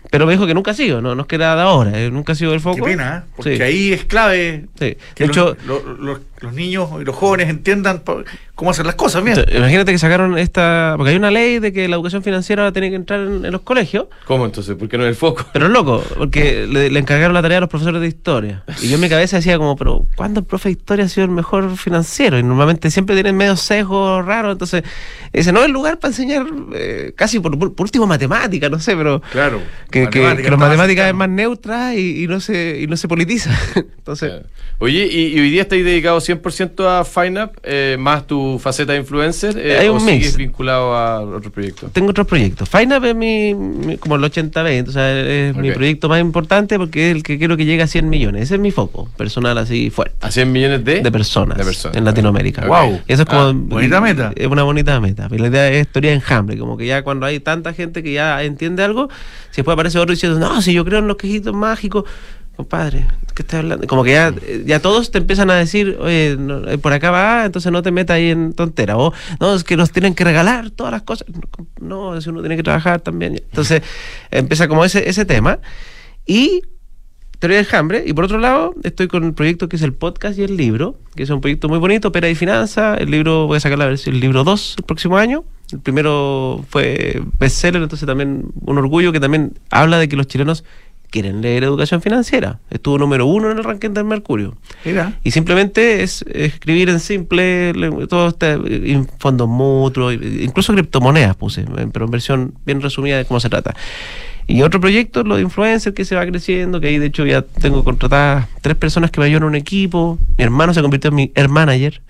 Pero me dijo que nunca ha sido, no es que era de ahora, nunca ha sido el foco. Qué pena, porque Sí. ahí es clave Sí. que De hecho, los niños y los jóvenes entiendan cómo hacer las cosas bien. imagínate que sacaron porque hay una ley de que la educación financiera va a tener que entrar en los colegios, ¿Cómo entonces? ¿Por qué no en el foco? pero es loco, porque le encargaron la tarea a los profesores de historia. Y yo en mi cabeza decía como, pero ¿cuándo el profe de historia ha sido el mejor financiero? Y normalmente siempre tienen medio sesgo raro, entonces ese no es el lugar para enseñar casi por último matemática, no sé, pero Claro. que Matemática, las matemáticas cercano. es más neutra y no se politiza. Entonces, Claro. Oye, ¿y hoy día estáis dedicado 100% a FineUp, más tu faceta de influencer? Hay un ¿O mix. sigues vinculado a otro proyecto? tengo otros proyectos. FineUp es como el 80-20, o sea, es mi Ok. proyecto más importante porque es el que quiero que llegue a 100 millones. Ese es mi foco personal así fuerte. ¿A 100 millones De personas, De en Latinoamérica. Ok. Wow. Eso es como bonita meta. Es una bonita meta. Pero la idea es historia de enjambre, como que ya cuando hay tanta gente que ya entiende algo, si después aparece otro diciendo, no, si yo creo en los quejitos mágicos, compadre, ¿qué estás hablando? Como que ya todos te empiezan a decir, oye, por acá va, entonces no te metas ahí en tontera. O, no, es que nos tienen que regalar todas las cosas. No, si uno tiene que trabajar también. Entonces empieza como ese tema. Y teoría de enjambre. Y por otro lado, estoy con el proyecto que es el podcast y el libro, que es un proyecto muy bonito, Pera y Finanza. El libro, voy a sacar el libro 2 el próximo año. El primero fue bestseller, entonces también un orgullo que también habla de que los chilenos quieren leer educación financiera. Estuvo número 1 en el ranking del Mercurio. Mira. Y simplemente es escribir en simple todo fondos mutuos, incluso criptomonedas puse, pero en versión bien resumida de cómo se trata. Y otro proyecto, lo de influencer, que se va creciendo, que ahí de hecho ya tengo contratadas 3 personas que me ayudan en un equipo. Mi hermano se convirtió en mi manager.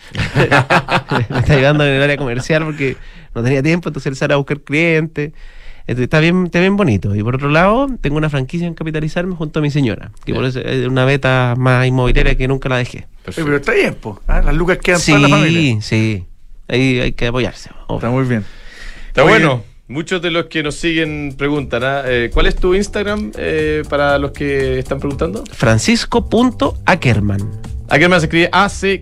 Me está ayudando en el área comercial porque no tenía tiempo, entonces él sale a buscar clientes. Está bien bonito. Y por otro lado, tengo una franquicia en capitalizarme junto a mi señora, que por eso es una beta más inmobiliaria que nunca la dejé. Oye, pero está bien, po. Las lucas quedan para la familia. Sí. Ahí hay que apoyarse. Está muy bien. Está Oye, bueno. Muchos de los que nos siguen preguntan, ¿cuál es tu Instagram para los que están preguntando? Francisco.ackerman. Ackerman se escribe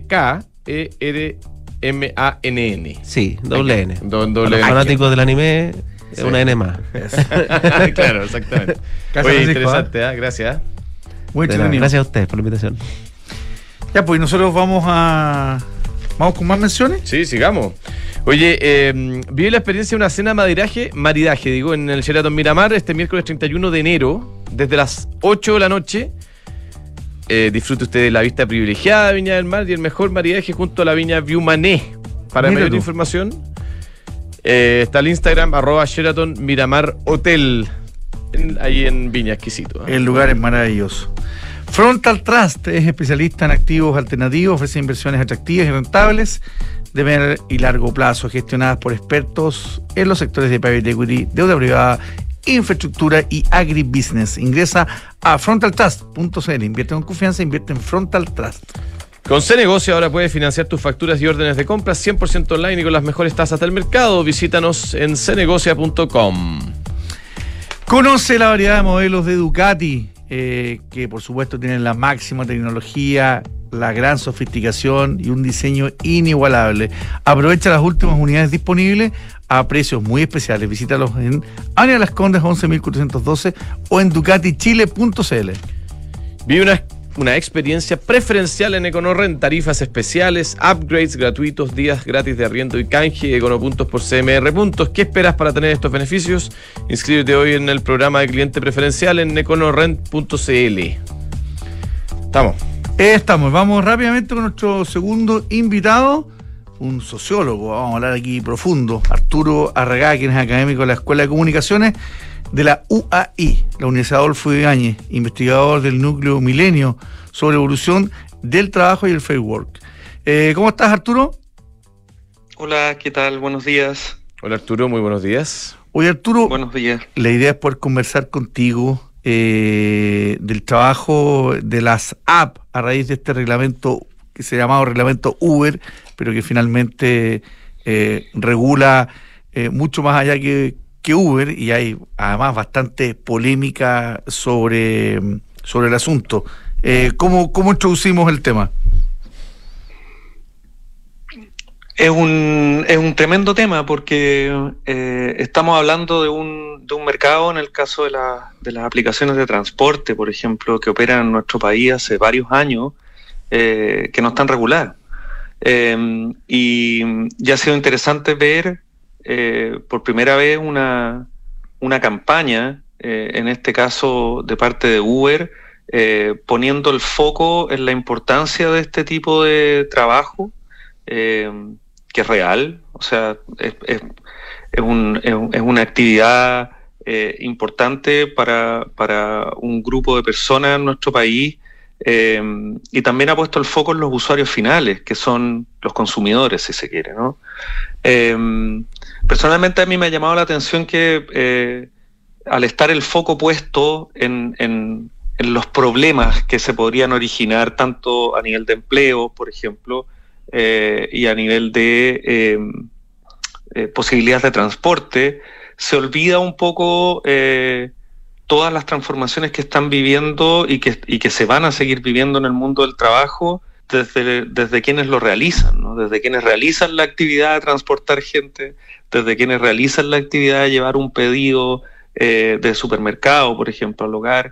Ackermann. Sí, doble N. Para Doble los N. fanáticos del anime, es Sí. una N más. Claro, exactamente. Gracias, Oye, Francisco, interesante, gracias. Muy De nada. entretenido. Gracias a ustedes por la invitación. Ya, pues nosotros vamos con más menciones. Sí, sigamos. Oye, vive la experiencia de una cena maridaje, en el Sheraton Miramar este miércoles 31 de enero, desde las 8 de la noche. Disfrute usted de la vista privilegiada de Viña del Mar y el mejor maridaje junto a la viña Viumané. Para Mira mayor tú. información, está el Instagram @Sheraton Miramar Hotel, ahí en Viña, exquisito. El lugar es maravilloso. Frontal Trust es especialista en activos alternativos, ofrece inversiones atractivas y rentables de medio y largo plazo, gestionadas por expertos en los sectores de private equity, deuda privada, infraestructura y agribusiness. Ingresa a frontaltrust.cl. Invierte con confianza, invierte en Frontal Trust. Con CNegocio ahora puedes financiar tus facturas y órdenes de compra 100% online y con las mejores tasas del mercado. Visítanos en cnegocia.com. Conoce la variedad de modelos de Ducati, que por supuesto tienen la máxima tecnología, la gran sofisticación y un diseño inigualable. Aprovecha las últimas unidades disponibles a precios muy especiales. Visítalos en Avenida Las Condes 11.412 o en ducatichile.cl. Vive una experiencia preferencial en EconoRent, tarifas especiales, upgrades gratuitos, días gratis de arriendo y canje, Econopuntos por CMR Puntos. ¿Qué esperas para tener estos beneficios? Inscríbete hoy en el programa de cliente preferencial en econorent.cl. Estamos, vamos rápidamente con nuestro segundo invitado, un sociólogo, vamos a hablar aquí profundo, Arturo Arragá, quien es académico de la Escuela de Comunicaciones de la UAI, la Universidad Adolfo Ibáñez, investigador del núcleo Milenio sobre evolución del trabajo y el fair work. ¿Cómo estás, Arturo? Hola, ¿qué tal? Buenos días. Hola Arturo, muy buenos días. Oye, Arturo, Buenos días. la idea es poder conversar contigo del trabajo de las apps a raíz de este reglamento que se ha llamado reglamento Uber, pero que finalmente regula mucho más allá que Uber, y hay además bastante polémica sobre el asunto. ¿Cómo introducimos el tema? Es un tremendo tema porque estamos hablando de un mercado, en el caso de las aplicaciones de transporte, por ejemplo, que operan en nuestro país hace varios años, que no están reguladas. Y ya ha sido interesante ver por primera vez una campaña, en este caso de parte de Uber, poniendo el foco en la importancia de este tipo de trabajo, que es real, o sea, es una actividad importante para un grupo de personas en nuestro país, y también ha puesto el foco en los usuarios finales, que son los consumidores, si se quiere, ¿no? Personalmente a mí me ha llamado la atención que al estar el foco puesto en los problemas que se podrían originar tanto a nivel de empleo, por ejemplo, y a nivel de posibilidades de transporte, se olvida un poco todas las transformaciones que están viviendo y que se van a seguir viviendo en el mundo del trabajo desde quienes lo realizan, ¿no? Desde quienes realizan la actividad de transportar gente, desde quienes realizan la actividad de llevar un pedido de supermercado, por ejemplo, al hogar.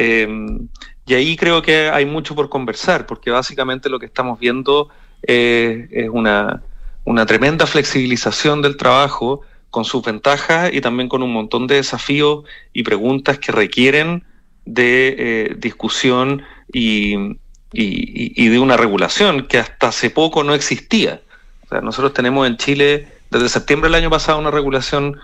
Y ahí creo que hay mucho por conversar, porque básicamente lo que estamos viendo es una tremenda flexibilización del trabajo, con sus ventajas y también con un montón de desafíos y preguntas que requieren de discusión y de una regulación que hasta hace poco no existía. O sea, nosotros tenemos en Chile desde septiembre del año pasado una regulación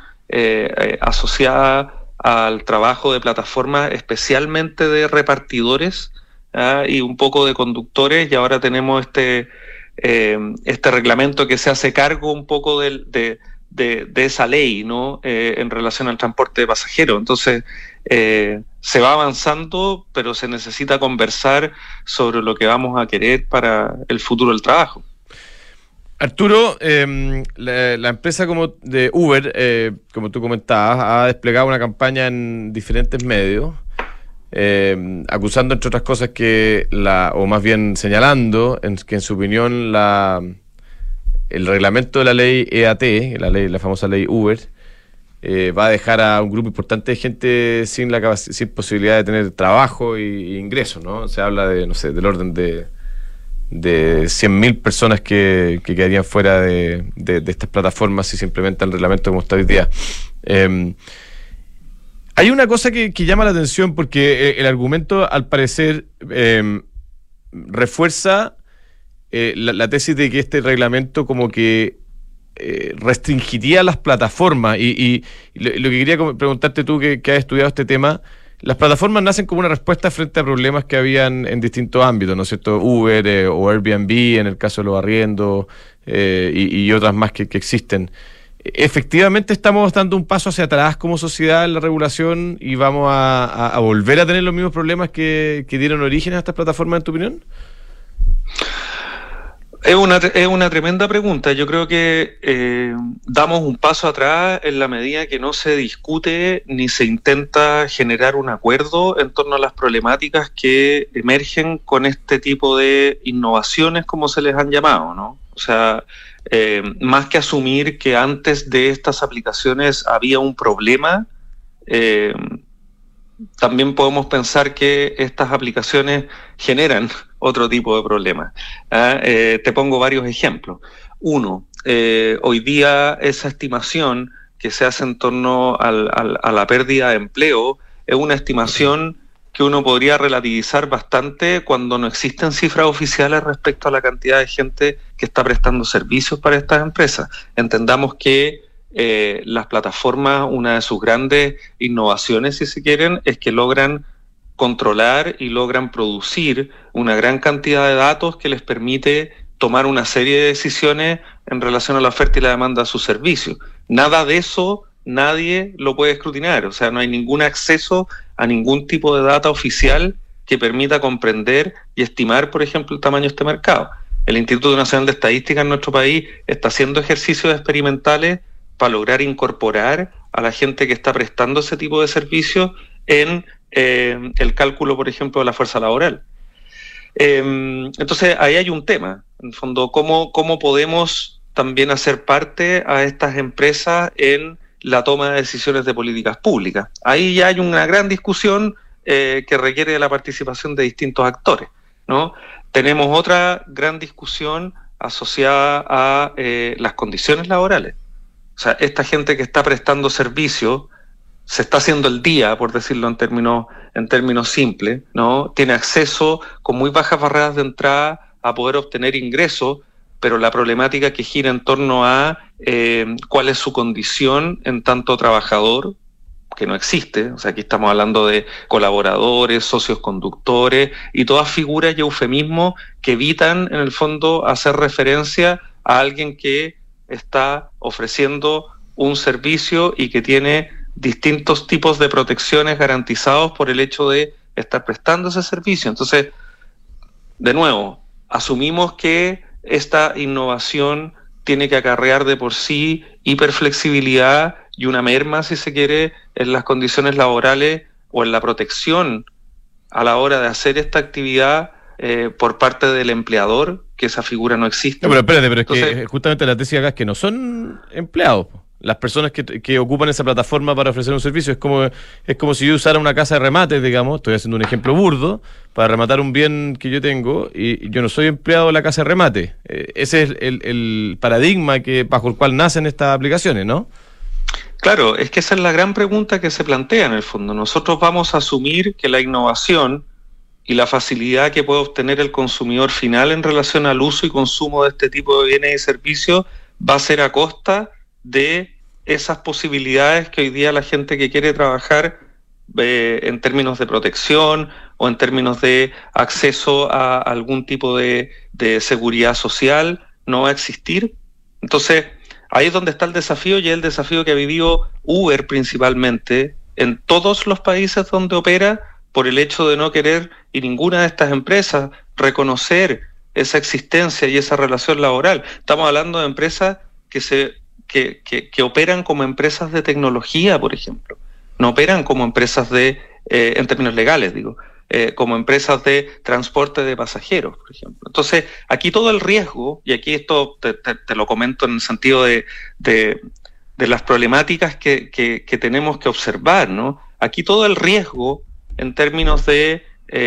asociada al trabajo de plataformas, especialmente de repartidores, y un poco de conductores, y ahora tenemos este reglamento que se hace cargo un poco de esa ley, ¿no? En relación al transporte de pasajeros. Entonces, se va avanzando, pero se necesita conversar sobre lo que vamos a querer para el futuro del trabajo. Arturo, la empresa como de Uber, como tú comentabas, ha desplegado una campaña en diferentes medios, acusando, entre otras cosas, o más bien señalando que en su opinión el reglamento de la ley EAT, la famosa ley Uber, va a dejar a un grupo importante de gente sin posibilidad de tener trabajo y ingresos, ¿no? Se habla de, no sé, del orden de 100.000 personas que quedarían fuera de estas plataformas si se implementa el reglamento como está hoy día. Hay una cosa que llama la atención, porque el argumento, al parecer, refuerza la tesis de que este reglamento como que restringiría las plataformas, y lo que quería preguntarte tú, que has estudiado este tema. Las plataformas nacen como una respuesta frente a problemas que habían en distintos ámbitos, ¿no es cierto? Uber o Airbnb en el caso de los arriendos, y otras más que existen. ¿Efectivamente estamos dando un paso hacia atrás como sociedad en la regulación y vamos a volver a tener los mismos problemas que dieron origen a estas plataformas, en tu opinión? Es una tremenda pregunta. Yo creo que damos un paso atrás en la medida que no se discute ni se intenta generar un acuerdo en torno a las problemáticas que emergen con este tipo de innovaciones, como se les han llamado, ¿no? O sea, más que asumir que antes de estas aplicaciones había un problema, también podemos pensar que estas aplicaciones generan otro tipo de problemas. Te pongo varios ejemplos. Uno, hoy día esa estimación que se hace en torno a la pérdida de empleo es una estimación que uno podría relativizar bastante cuando no existen cifras oficiales respecto a la cantidad de gente que está prestando servicios para estas empresas. Entendamos que las plataformas, una de sus grandes innovaciones, si se quieren, es que logran controlar y logran producir una gran cantidad de datos que les permite tomar una serie de decisiones en relación a la oferta y la demanda de sus servicios. Nada de eso nadie lo puede escrutinar, o sea, no hay ningún acceso a ningún tipo de data oficial que permita comprender y estimar, por ejemplo, el tamaño de este mercado. El Instituto Nacional de Estadística en nuestro país está haciendo ejercicios experimentales para lograr incorporar a la gente que está prestando ese tipo de servicios en el cálculo, por ejemplo, de la fuerza laboral. Entonces, ahí hay un tema, en el fondo, cómo podemos también hacer parte a estas empresas en la toma de decisiones de políticas públicas. Ahí ya hay una gran discusión que requiere de la participación de distintos actores, ¿no? Tenemos otra gran discusión asociada a las condiciones laborales. O sea, esta gente que está prestando servicio se está haciendo el día, por decirlo en términos simples, ¿no? Tiene acceso con muy bajas barreras de entrada a poder obtener ingresos, pero la problemática que gira en torno a cuál es su condición en tanto trabajador, que no existe. O sea, aquí estamos hablando de colaboradores, socios conductores y todas figuras y eufemismos que evitan, en el fondo, hacer referencia a alguien que está ofreciendo un servicio y que tiene distintos tipos de protecciones garantizados por el hecho de estar prestando ese servicio. Entonces, de nuevo, asumimos que esta innovación tiene que acarrear de por sí hiperflexibilidad y una merma, si se quiere, en las condiciones laborales o en la protección a la hora de hacer esta actividad por parte del empleador, que esa figura no existe. No, pero espérate, pero entonces, es que justamente la tesis acá es que no son empleados. Las personas que ocupan esa plataforma para ofrecer un servicio es como si yo usara una casa de remate, digamos, estoy haciendo un ejemplo burdo, para rematar un bien que yo tengo y yo no soy empleado de la casa de remate. Ese es el paradigma bajo el cual nacen estas aplicaciones, ¿no? Claro, es que esa es la gran pregunta que se plantea en el fondo. Nosotros vamos a asumir que la innovación y la facilidad que puede obtener el consumidor final en relación al uso y consumo de este tipo de bienes y servicios va a ser a costa de esas posibilidades que hoy día la gente que quiere trabajar en términos de protección o en términos de acceso a algún tipo de seguridad social no va a existir. Entonces, ahí es donde está el desafío, y el desafío que ha vivido Uber principalmente en todos los países donde opera, por el hecho de no querer, y ninguna de estas empresas, reconocer esa existencia y esa relación laboral. Estamos hablando de empresas que operan como empresas de tecnología, por ejemplo. No operan como empresas en términos legales, digo, como empresas de transporte de pasajeros, por ejemplo. Entonces, aquí todo el riesgo, y aquí esto te lo comento en el sentido de las problemáticas que tenemos que observar, ¿no? Aquí todo el riesgo en términos de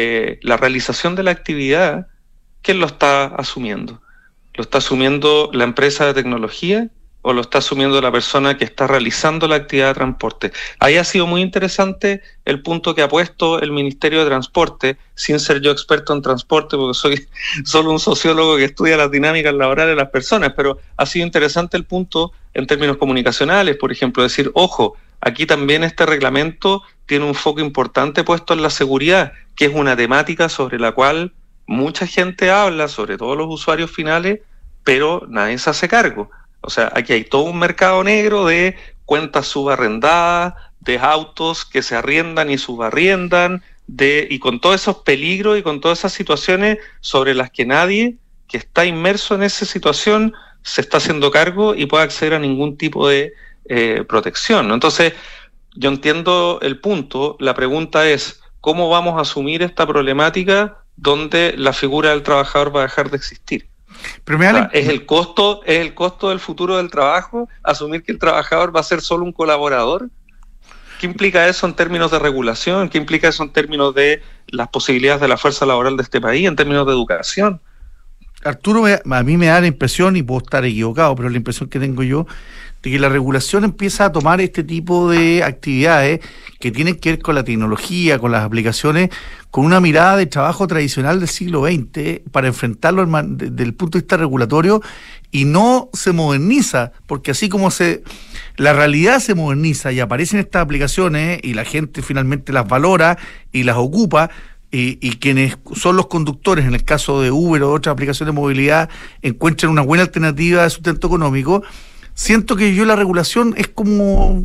la realización de la actividad, ¿quién lo está asumiendo? ¿Lo está asumiendo la empresa de tecnología o lo está asumiendo la persona que está realizando la actividad de transporte? Ahí ha sido muy interesante el punto que ha puesto el Ministerio de Transporte, sin ser yo experto en transporte, porque soy solo un sociólogo que estudia las dinámicas laborales de las personas, pero ha sido interesante el punto en términos comunicacionales, por ejemplo, decir, ojo, aquí también este reglamento tiene un foco importante puesto en la seguridad, que es una temática sobre la cual mucha gente habla, sobre todo los usuarios finales, pero nadie se hace cargo. O sea, aquí hay todo un mercado negro de cuentas subarrendadas, de autos que se arriendan y subarriendan, y con todos esos peligros y con todas esas situaciones sobre las que nadie que está inmerso en esa situación se está haciendo cargo y puede acceder a ningún tipo de protección, ¿no? Entonces, yo entiendo el punto. La pregunta es, ¿cómo vamos a asumir esta problemática donde la figura del trabajador va a dejar de existir? Pero ¿es el costo del futuro del trabajo asumir que el trabajador va a ser solo un colaborador? ¿Qué implica eso en términos de regulación? ¿Qué implica eso en términos de las posibilidades de la fuerza laboral de este país, en términos de educación? Arturo, a mí me da la impresión, y puedo estar equivocado, pero la impresión que tengo yo, de que la regulación empieza a tomar este tipo de actividades que tienen que ver con la tecnología, con las aplicaciones, con una mirada de trabajo tradicional del siglo XX para enfrentarlo desde el punto de vista regulatorio, y no se moderniza, porque así como la realidad se moderniza y aparecen estas aplicaciones y la gente finalmente las valora y las ocupa, y quienes son los conductores, en el caso de Uber o otras aplicaciones de movilidad, encuentran una buena alternativa de sustento económico. Siento que la regulación es como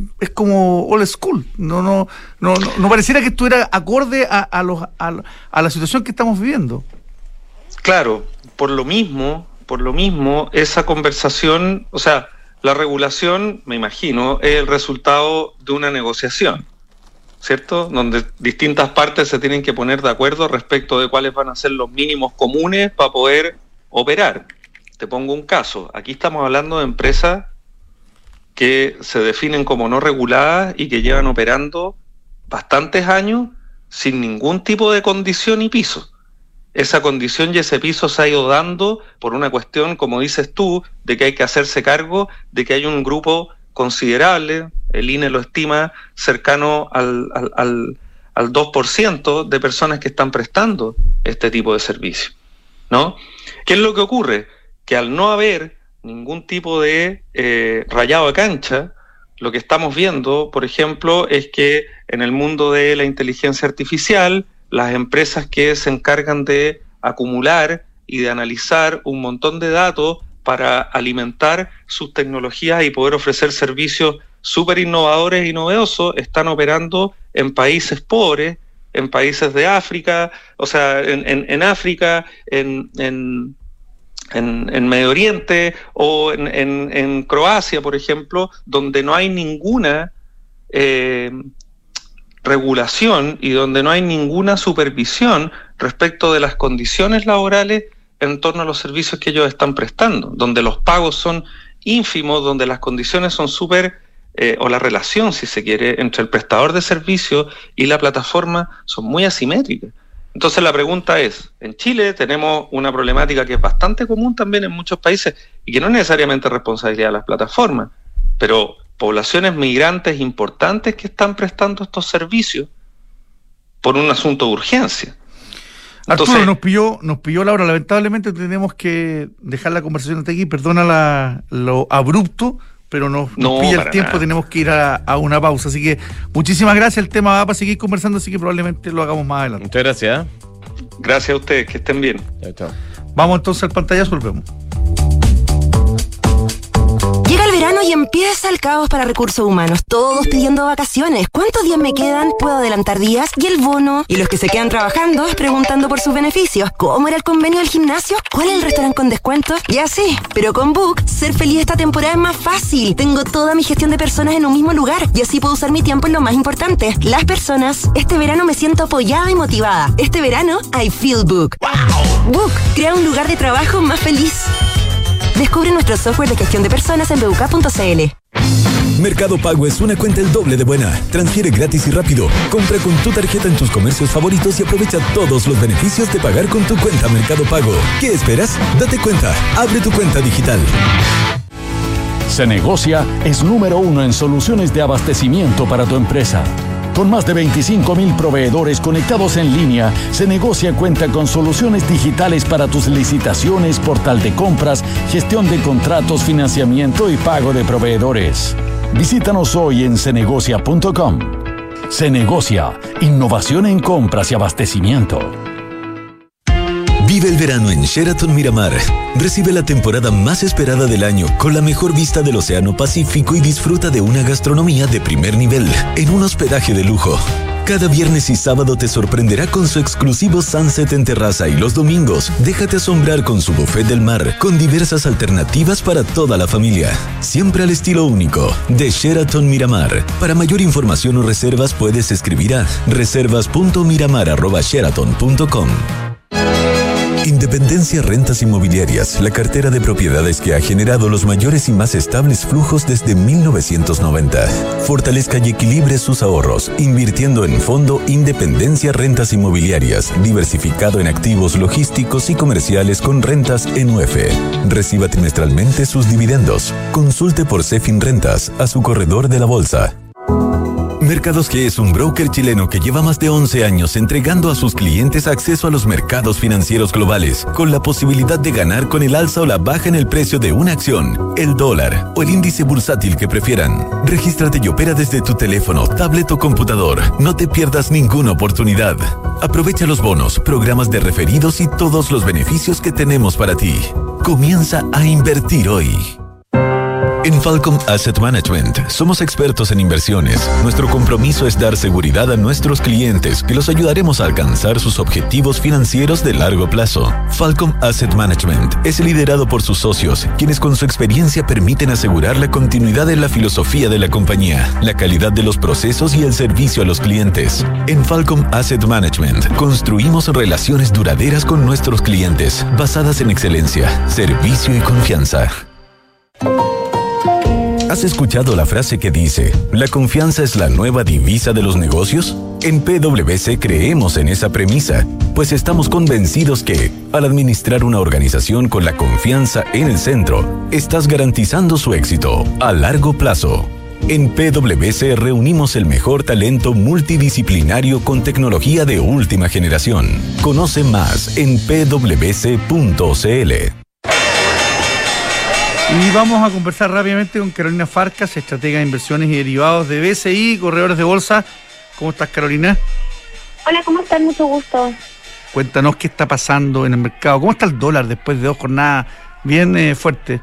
old school. No pareciera que estuviera acorde a la situación que estamos viviendo. Claro, por lo mismo, esa conversación, o sea, la regulación, me imagino, es el resultado de una negociación, ¿cierto? Donde distintas partes se tienen que poner de acuerdo respecto de cuáles van a ser los mínimos comunes para poder operar. te pongo un caso. Aquí estamos hablando de empresas que se definen como no reguladas y que llevan operando bastantes años sin ningún tipo de condición y piso. Esa condición y ese piso se ha ido dando por una cuestión, como dices tú, de que hay que hacerse cargo de que hay un grupo considerable, el INE lo estima cercano al 2% de personas que están prestando este tipo de servicio, ¿no? ¿Qué es lo que ocurre? Que al no haber ningún tipo de rayado de cancha, lo que estamos viendo, por ejemplo, es que en el mundo de la inteligencia artificial, las empresas que se encargan de acumular y de analizar un montón de datos para alimentar sus tecnologías y poder ofrecer servicios súper innovadores y novedosos, están operando en países pobres, en países de África, o sea, en África, en Medio Oriente o en Croacia, por ejemplo, donde no hay ninguna regulación y donde no hay ninguna supervisión respecto de las condiciones laborales en torno a los servicios que ellos están prestando, donde los pagos son ínfimos, donde las condiciones son súper, o la relación, si se quiere, entre el prestador de servicios y la plataforma son muy asimétricas. Entonces la pregunta es, en Chile tenemos una problemática que es bastante común también en muchos países y que no es necesariamente responsabilidad de las plataformas, pero poblaciones migrantes importantes que están prestando estos servicios por un asunto de urgencia. Entonces, Arturo, nos pilló la hora, lamentablemente tenemos que dejar la conversación hasta aquí, perdona lo abrupto, pero nos pilla el tiempo, nada. Tenemos que ir a una pausa, así que muchísimas gracias, el tema va para seguir conversando, así que probablemente lo hagamos más adelante. Muchas gracias. Gracias a ustedes, que estén bien. Chao, chao. Vamos entonces al pantallazo, volvemos. Llega el verano y empieza el caos para recursos humanos. Todos pidiendo vacaciones. ¿Cuántos días me quedan? ¿Puedo adelantar días? ¿Y el bono? Y los que se quedan trabajando preguntando por sus beneficios. ¿Cómo era el convenio del gimnasio? ¿Cuál es el restaurante con descuento? Y así. Pero con Book, ser feliz esta temporada es más fácil. Tengo toda mi gestión de personas en un mismo lugar y así puedo usar mi tiempo en lo más importante, las personas. Este verano me siento apoyada y motivada. Este verano, I feel Book. ¡Wow! Book crea un lugar de trabajo más feliz. Descubre nuestro software de gestión de personas en buk.cl. Mercado Pago es una cuenta el doble de buena. Transfiere gratis y rápido. Compra con tu tarjeta en tus comercios favoritos y aprovecha todos los beneficios de pagar con tu cuenta Mercado Pago. ¿Qué esperas? Date cuenta. Abre tu cuenta digital. Cenegocia es número 1 en soluciones de abastecimiento para tu empresa. Con más de 25,000 proveedores conectados en línea, Cenegocia cuenta con soluciones digitales para tus licitaciones, portal de compras, gestión de contratos, financiamiento y pago de proveedores. Visítanos hoy en cenegocia.com. Cenegocia, innovación en compras y abastecimiento. Vive el verano en Sheraton Miramar. Recibe la temporada más esperada del año con la mejor vista del Océano Pacífico y disfruta de una gastronomía de primer nivel en un hospedaje de lujo. Cada viernes y sábado te sorprenderá con su exclusivo sunset en terraza y los domingos déjate asombrar con su buffet del mar con diversas alternativas para toda la familia. Siempre al estilo único de Sheraton Miramar. Para mayor información o reservas puedes escribir a reservas.miramar@sheraton.com. Independencia Rentas Inmobiliarias, la cartera de propiedades que ha generado los mayores y más estables flujos desde 1990. Fortalezca y equilibre sus ahorros, invirtiendo en Fondo Independencia Rentas Inmobiliarias, diversificado en activos logísticos y comerciales con rentas en UF. Reciba trimestralmente sus dividendos. Consulte por Cefin Rentas a su corredor de la bolsa. Mercados G es un broker chileno que lleva más de 11 años entregando a sus clientes acceso a los mercados financieros globales, con la posibilidad de ganar con el alza o la baja en el precio de una acción, el dólar o el índice bursátil que prefieran. Regístrate y opera desde tu teléfono, tablet o computador. No te pierdas ninguna oportunidad. Aprovecha los bonos, programas de referidos y todos los beneficios que tenemos para ti. Comienza a invertir hoy. En Falcom Asset Management somos expertos en inversiones. Nuestro compromiso es dar seguridad a nuestros clientes, que los ayudaremos a alcanzar sus objetivos financieros de largo plazo. Falcom Asset Management es liderado por sus socios, quienes con su experiencia permiten asegurar la continuidad de la filosofía de la compañía, la calidad de los procesos y el servicio a los clientes. En Falcom Asset Management construimos relaciones duraderas con nuestros clientes, basadas en excelencia, servicio y confianza. ¿Has escuchado la frase que dice, la confianza es la nueva divisa de los negocios? En PwC creemos en esa premisa, pues estamos convencidos que, al administrar una organización con la confianza en el centro, estás garantizando su éxito a largo plazo. En PwC reunimos el mejor talento multidisciplinario con tecnología de última generación. Conoce más en pwc.cl. Y vamos a conversar rápidamente con Carolina Farcas, estratega de inversiones y derivados de BCI, corredores de bolsa. ¿Cómo estás, Carolina? Hola, ¿cómo estás? Mucho gusto. Cuéntanos qué está pasando en el mercado. ¿Cómo está el dólar después de 2 jornadas bien fuertes?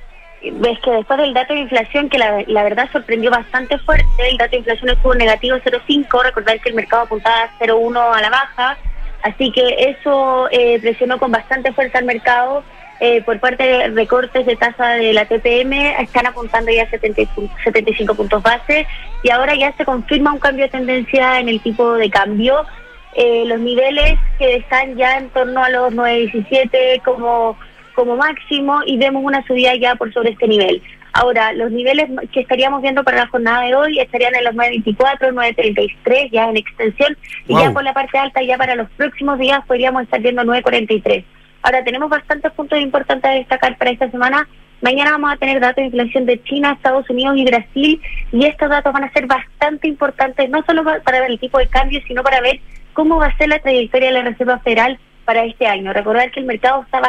Ves que después del dato de inflación, que la verdad sorprendió bastante fuerte, el dato de inflación estuvo negativo 0,5, recordad que el mercado apuntaba a 0,1 a la baja, así que eso presionó con bastante fuerza al mercado. Por parte de recortes de tasa de la TPM están apuntando ya a 75 puntos base y ahora ya se confirma un cambio de tendencia en el tipo de cambio. Los niveles que están ya en torno a los 9.17 como máximo y vemos una subida ya por sobre este nivel. Ahora, los niveles que estaríamos viendo para la jornada de hoy estarían en los 9.24, 9.33 ya en extensión y ya por la parte alta ya para los próximos días podríamos estar viendo 9.43. Ahora, tenemos bastantes puntos importantes a destacar para esta semana. Mañana vamos a tener datos de inflación de China, Estados Unidos y Brasil, y estos datos van a ser bastante importantes, no solo para ver el tipo de cambio, sino para ver cómo va a ser la trayectoria de la Reserva Federal para este año. Recordar que el mercado está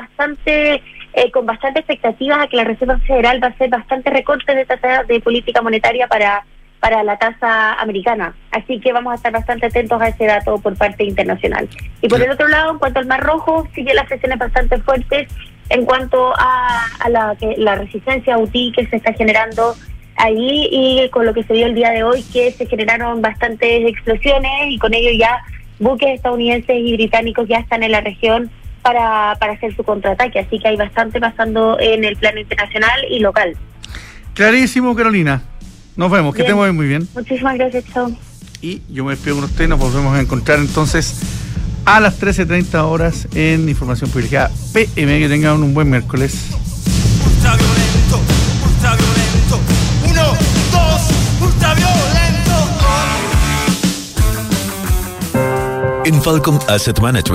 con bastante expectativas a que la Reserva Federal va a hacer bastante recortes de tasa de política monetaria para la tasa americana. Así que vamos a estar bastante atentos a ese dato por parte internacional. Y por el otro lado, en cuanto al Mar Rojo, sigue las presiones bastante fuertes en cuanto a la resistencia UTI que se está generando ahí y con lo que se vio el día de hoy, que se generaron bastantes explosiones y con ello ya buques estadounidenses y británicos ya están en la región para hacer su contraataque. Así que hay bastante pasando en el plano internacional y local. Clarísimo, Carolina. Nos vemos, que te mueves muy bien. Muchísimas gracias, chao. Y yo me despido con usted, nos volvemos a encontrar entonces a las 13:30 horas en Información Privilegiada PM. Que tengan un buen miércoles. Ultraviolento, ultraviolento. 1, 2, ultraviolento. En Falcom Asset Management